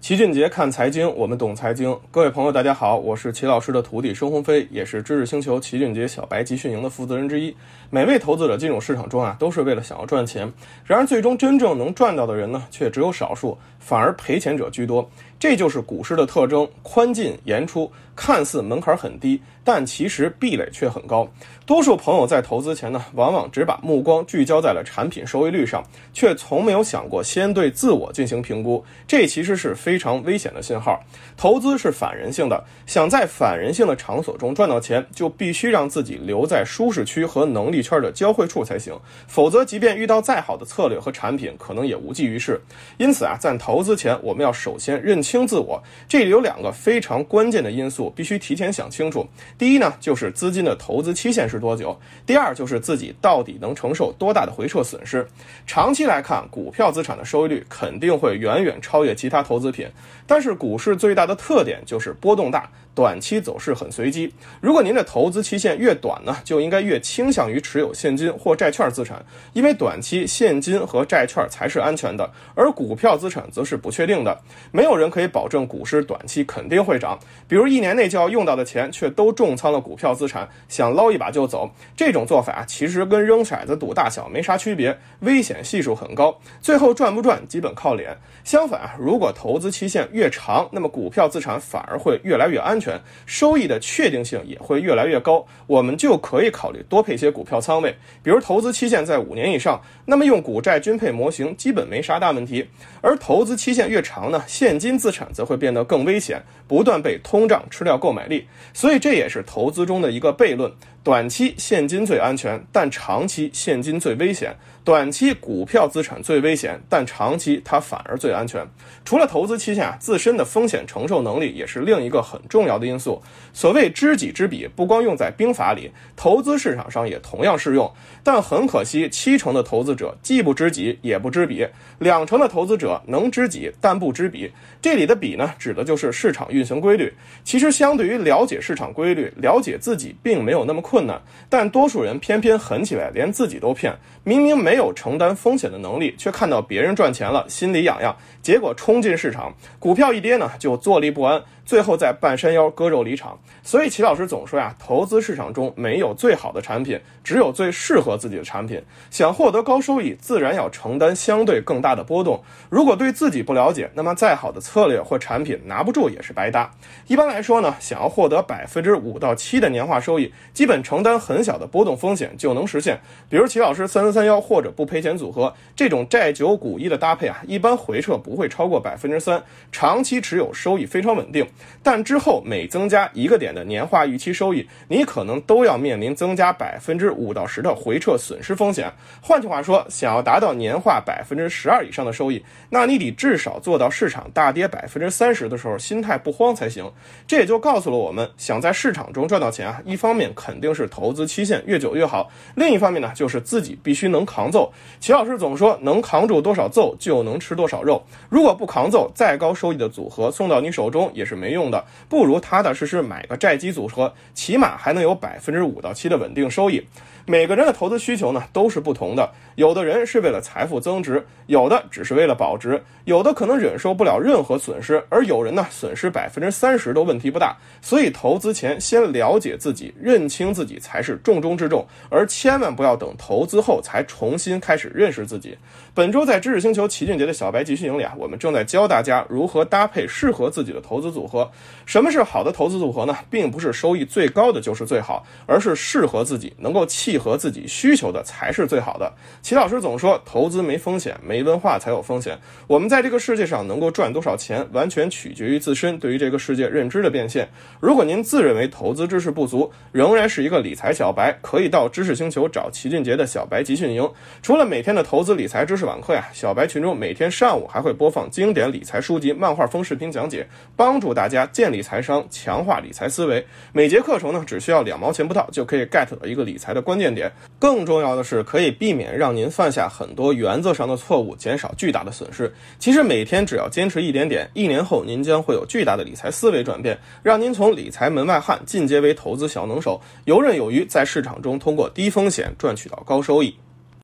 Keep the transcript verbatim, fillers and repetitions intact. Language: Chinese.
齐俊杰看财经，我们懂财经。各位朋友大家好，我是齐老师的徒弟申鸿飞，也是知识星球齐俊杰小白集训营的负责人之一。每位投资者进入市场中啊，都是为了想要赚钱，然而最终真正能赚到的人呢，却只有少数，反而赔钱者居多。这就是股市的特征，宽进严出，看似门槛很低，但其实壁垒却很高。多数朋友在投资前呢，往往只把目光聚焦在了产品收益率上，却从没有想过先对自我进行评估，这其实是非常危险的信号。投资是反人性的，想在反人性的场所中赚到钱，就必须让自己留在舒适区和能力圈的交汇处才行，否则即便遇到再好的策略和产品，可能也无济于事。因此啊，在投资前，我们要首先认清自我，这里有两个非常关键的因素，必须提前想清楚。第一呢，就是资金的投资期限是多久；第二就是自己到底能承受多大的回撤损失。长期来看，股票资产的收益率肯定会远远超越其他投资品，但是股市最大的特点就是波动大，短期走势很随机。如果您的投资期限越短呢，就应该越倾向于持有现金或债券资产，因为短期现金和债券才是安全的，而股票资产则是不确定的。没有人可以保证股市短期肯定会涨，比如一年内就要用到的钱却都重仓了股票资产，想捞一把就走，这种做法其实跟扔骰子赌大小没啥区别，危险系数很高，最后赚不赚基本靠脸。相反，如果投资期限越长，那么股票资产反而会越来越安全，收益的确定性也会越来越高，我们就可以考虑多配些股票仓位，比如投资期限在五年以上，那么用股债均配模型基本没啥大问题。而投资期限越长呢，现金资产则会变得更危险，不断被通胀吃掉购买力。所以这也是投资中的一个悖论，短期现金最安全，但长期现金最危险；短期股票资产最危险，但长期它反而最安全。除了投资期限啊，自身的风险承受能力也是另一个很重要的因素。所谓知己知彼，不光用在兵法里，投资市场上也同样适用。但很可惜，七成的投资者既不知己也不知彼，两成的投资者能知己但不知彼。这里的彼呢，指的就是市场运行规律。其实相对于了解市场规律，了解自己并没有那么困难，但多数人偏偏狠起来连自己都骗，明明没有承担风险的能力，却看到别人赚钱了，心里痒痒，结果冲进市场，股票一跌呢，就坐立不安，最后在半山腰割肉离场。所以齐老师总说呀，投资市场中没有最好的产品，只有最适合自己的产品。想获得高收益，自然要承担相对更大的波动。如果对自己不了解，那么再好的策略或产品拿不住也是白搭。一般来说呢，想要获得百分之五到七的年化收益，基本承担很小的波动风险就能实现。比如齐老师三三三一或者不赔钱组合这种债九股一的搭配啊，一般回撤不会超过百分之三，长期持有收益非常稳定。但之后每增加一个点的年化预期收益，你可能都要面临增加百分之五到十的回撤损失风险。换句话说，想要达到年化百分之十二以上的收益，那你得至少做到市场大跌百分之三十的时候心态不慌才行。这也就告诉了我们，想在市场中赚到钱啊，一方面肯定是投资期限越久越好，另一方面呢，就是自己必须能扛揍。齐老师总说，能扛住多少揍就能吃多少肉。如果不扛揍，再高收益的组合送到你手中也是没用的，不如踏踏实实买个债基组合，起码还能有百分之五到七的稳定收益。每个人的投资需求呢都是不同的，有的人是为了财富增值，有的只是为了保值，有的可能忍受不了任何损失，而有人呢损失百分之三十都问题不大。所以投资前先了解自己，认清自己才是重中之重，而千万不要等投资后才重新开始认识自己。本周在知识星球齐俊杰的小白集训营里啊，我们正在教大家如何搭配适合自己的投资组合。什么是好的投资组合呢？并不是收益最高的就是最好，而是适合自己，能够契合自己需求的才是最好的。齐老师总说，投资没风险，没文化才有风险。我们在这个世界上能够赚多少钱，完全取决于自身对于这个世界认知的变现。如果您自认为投资知识不足，仍然是一个理财小白，可以到知识星球找齐俊杰的小白集训营。除了每天的投资理财知识网课呀，小白群中每天上午还会播放经典理财书籍漫画风视频讲解，帮助大家建立财商，强化理财思维。每节课程呢，只需要两毛钱不到，就可以 get 到一个理财的关键点。更重要的是，可以避免让您犯下很多原则上的错误，减少巨大的损失。其实每天只要坚持一点点，一年后您将会有巨大的理财思维转变，让您从理财门外汉进阶为投资小能手，游刃有余，在市场中通过低风险赚取到高收益。